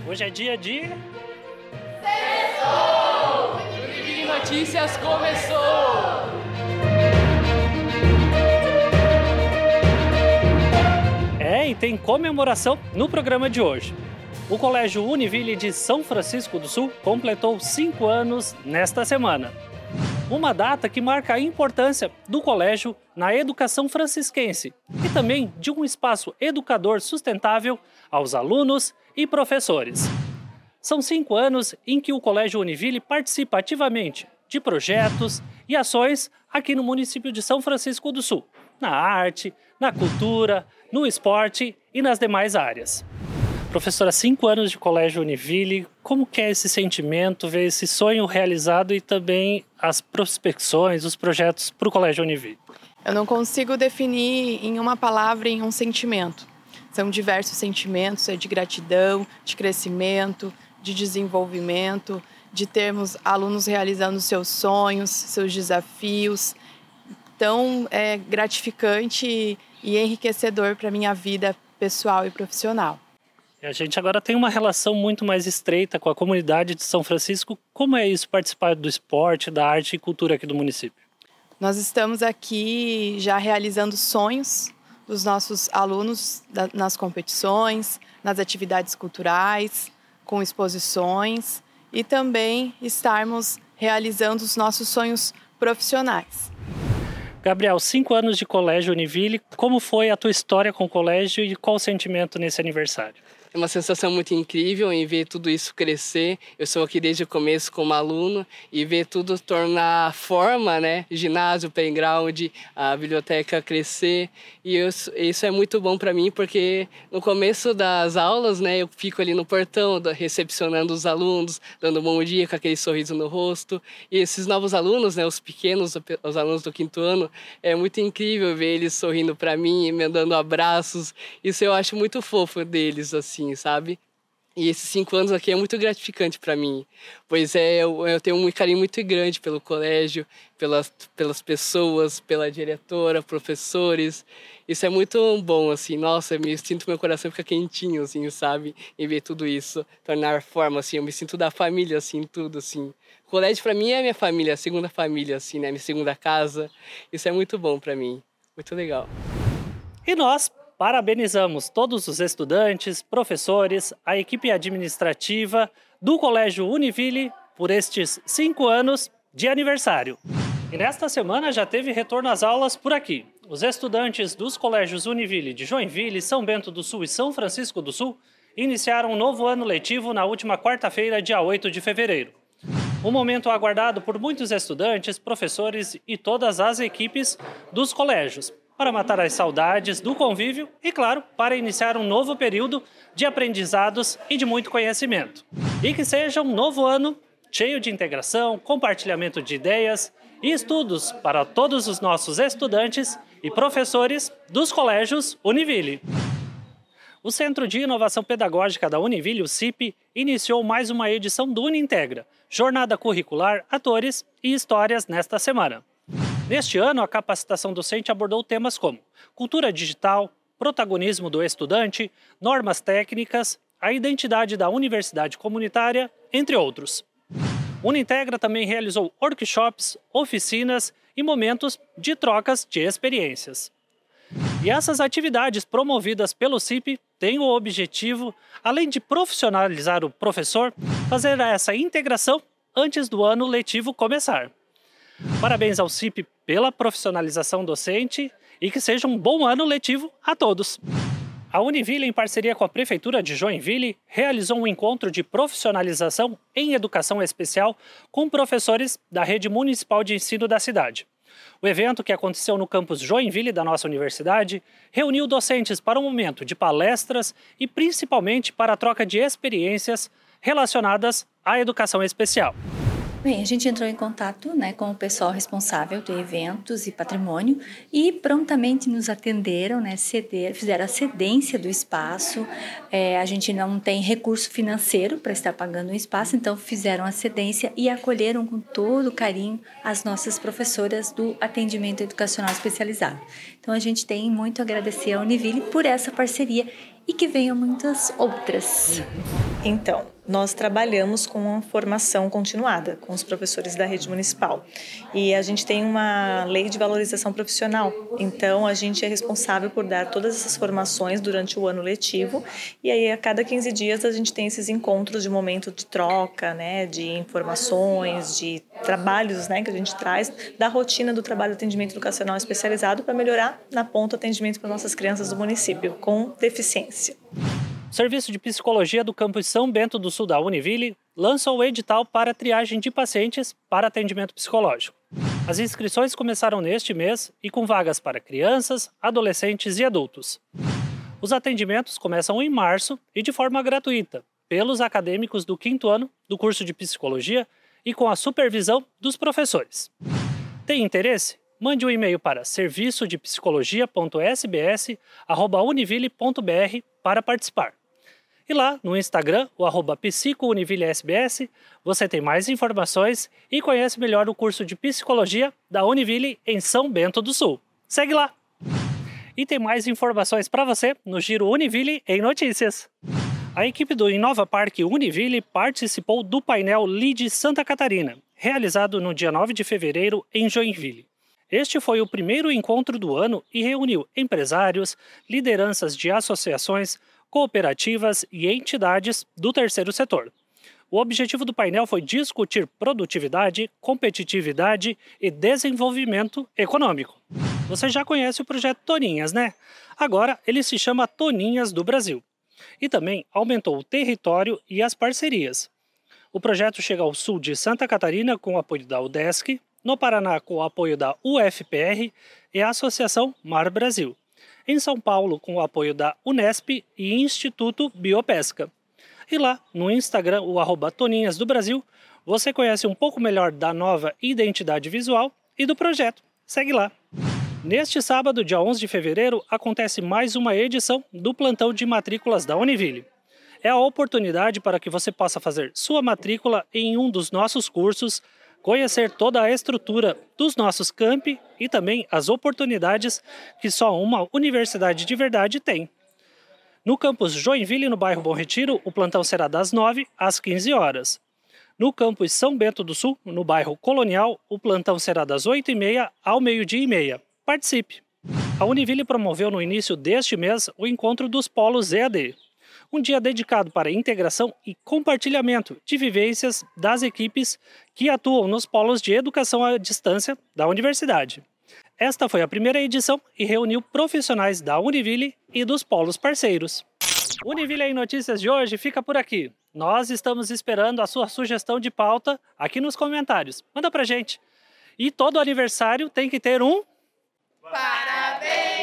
Hoje é dia de... Univille Notícias começou! E tem comemoração no programa de hoje. O Colégio Univille de São Francisco do Sul completou 5 anos nesta semana. Uma data que marca a importância do colégio na educação francisquense e também de um espaço educador sustentável aos alunos e professores. São 5 anos em que o Colégio Univille participa ativamente de projetos e ações aqui no município de São Francisco do Sul, na arte, na cultura, no esporte e nas demais áreas. Professora, 5 anos de Colégio Univille, como que é esse sentimento, ver esse sonho realizado e também as prospecções, os projetos para o Colégio Univille? Eu não consigo definir em uma palavra, em um sentimento. São diversos sentimentos, de gratidão, de crescimento, de desenvolvimento, de termos alunos realizando seus sonhos, seus desafios. Então, é gratificante e enriquecedor para a minha vida pessoal e profissional. A gente agora tem uma relação muito mais estreita com a comunidade de São Francisco. Como é isso, participar do esporte, da arte e cultura aqui do município? Nós estamos aqui já realizando sonhos dos nossos alunos nas competições, nas atividades culturais, com exposições e também estarmos realizando os nossos sonhos profissionais. Gabriel, 5 anos de Colégio Univille, como foi a tua história com o colégio e qual o sentimento nesse aniversário? É uma sensação muito incrível em ver tudo isso crescer. Eu sou aqui desde o começo como aluno e ver tudo tornar forma, né? Ginásio, playground, a biblioteca crescer. E isso é muito bom para mim porque no começo das aulas, né, eu fico ali no portão recepcionando os alunos, dando um bom dia com aquele sorriso no rosto. E esses novos alunos, né, os pequenos, os alunos do 5º ano, é muito incrível ver eles sorrindo para mim, me dando abraços. Isso eu acho muito fofo deles, assim, sabe? E esses 5 anos aqui é muito gratificante para mim, pois eu tenho um carinho muito grande pelo colégio, pelas pessoas, pela diretora, professores. Isso é muito bom, assim, nossa, eu me sinto, meu coração fica quentinho, assim, sabe? Em ver tudo isso, tornar forma, assim, eu me sinto da família, assim, tudo, assim. O colégio para mim é minha família, a segunda família, assim, né? Minha segunda casa. Isso é muito bom para mim, muito legal. E nós parabenizamos todos os estudantes, professores, a equipe administrativa do Colégio Univille por estes 5 anos de aniversário. E nesta semana já teve retorno às aulas por aqui. Os estudantes dos colégios Univille de Joinville, São Bento do Sul e São Francisco do Sul iniciaram um novo ano letivo na última quarta-feira, dia 8 de fevereiro. Um momento aguardado por muitos estudantes, professores e todas as equipes dos colégios, para matar as saudades do convívio e, claro, para iniciar um novo período de aprendizados e de muito conhecimento. E que seja um novo ano cheio de integração, compartilhamento de ideias e estudos para todos os nossos estudantes e professores dos colégios Univille. O Centro de Inovação Pedagógica da Univille, o CIP, iniciou mais uma edição do Unintegra, Jornada Curricular, Atores e Histórias nesta semana. Neste ano, a capacitação docente abordou temas como cultura digital, protagonismo do estudante, normas técnicas, a identidade da universidade comunitária, entre outros. O Unintegra também realizou workshops, oficinas e momentos de trocas de experiências. E essas atividades promovidas pelo CIP têm o objetivo, além de profissionalizar o professor, fazer essa integração antes do ano letivo começar. Parabéns ao CIP pela profissionalização docente e que seja um bom ano letivo a todos. A Univille, em parceria com a Prefeitura de Joinville, realizou um encontro de profissionalização em educação especial com professores da rede municipal de ensino da cidade. O evento, que aconteceu no campus Joinville da nossa universidade, reuniu docentes para um momento de palestras e principalmente para a troca de experiências relacionadas à educação especial. Bem, a gente entrou em contato, com o pessoal responsável de eventos e patrimônio e prontamente nos atenderam, fizeram a cedência do espaço. A gente não tem recurso financeiro para estar pagando o espaço, então fizeram a cedência e acolheram com todo carinho as nossas professoras do atendimento educacional especializado. Então a gente tem muito a agradecer à Univille por essa parceria e que venham muitas outras. Então, nós trabalhamos com a formação continuada com os professores da rede municipal e a gente tem uma lei de valorização profissional, então a gente é responsável por dar todas essas formações durante o ano letivo e aí a cada 15 dias a gente tem esses encontros de momento de troca, né, de informações, de trabalhos, né, que a gente traz da rotina do trabalho de atendimento educacional especializado para melhorar na ponta o atendimento para nossas crianças do município com deficiência. O Serviço de Psicologia do Campus São Bento do Sul da Univille lança o edital para triagem de pacientes para atendimento psicológico. As inscrições começaram neste mês e com vagas para crianças, adolescentes e adultos. Os atendimentos começam em março e de forma gratuita, pelos acadêmicos do 5º ano do curso de Psicologia e com a supervisão dos professores. Tem interesse? Mande um e-mail para serviçodepsicologia.sbs@univille.br para participar. E lá no Instagram, o @psicounivillesbs, você tem mais informações e conhece melhor o curso de Psicologia da Univille em São Bento do Sul. Segue lá! E tem mais informações para você no Giro Univille em Notícias. A equipe do Inova Parque Univille participou do painel Lead Santa Catarina, realizado no dia 9 de fevereiro em Joinville. Este foi o primeiro encontro do ano e reuniu empresários, lideranças de associações, cooperativas e entidades do terceiro setor. O objetivo do painel foi discutir produtividade, competitividade e desenvolvimento econômico. Você já conhece o projeto Toninhas, né? Agora ele se chama Toninhas do Brasil. E também aumentou o território e as parcerias. O projeto chega ao sul de Santa Catarina com o apoio da UDESC, no Paraná com o apoio da UFPR e a Associação Mar Brasil. Em São Paulo com o apoio da Unesp e Instituto Biopesca. E lá no Instagram, o @Toninhas do Brasil, você conhece um pouco melhor da nova identidade visual e do projeto. Segue lá! Neste sábado, dia 11 de fevereiro, acontece mais uma edição do plantão de matrículas da Univille. É a oportunidade para que você possa fazer sua matrícula em um dos nossos cursos, conhecer toda a estrutura dos nossos campi e também as oportunidades que só uma universidade de verdade tem. No campus Joinville, no bairro Bom Retiro, o plantão será das 9 às 15 horas. No campus São Bento do Sul, no bairro Colonial, o plantão será das 8h30 ao 12h30. Participe! A Univille promoveu no início deste mês o encontro dos polos EAD. Um dia dedicado para integração e compartilhamento de vivências das equipes que atuam nos polos de educação à distância da universidade. Esta foi a primeira edição e reuniu profissionais da Univille e dos polos parceiros. Univille em Notícias de hoje fica por aqui. Nós estamos esperando a sua sugestão de pauta aqui nos comentários. Manda pra gente. E todo aniversário tem que ter um... Parabéns!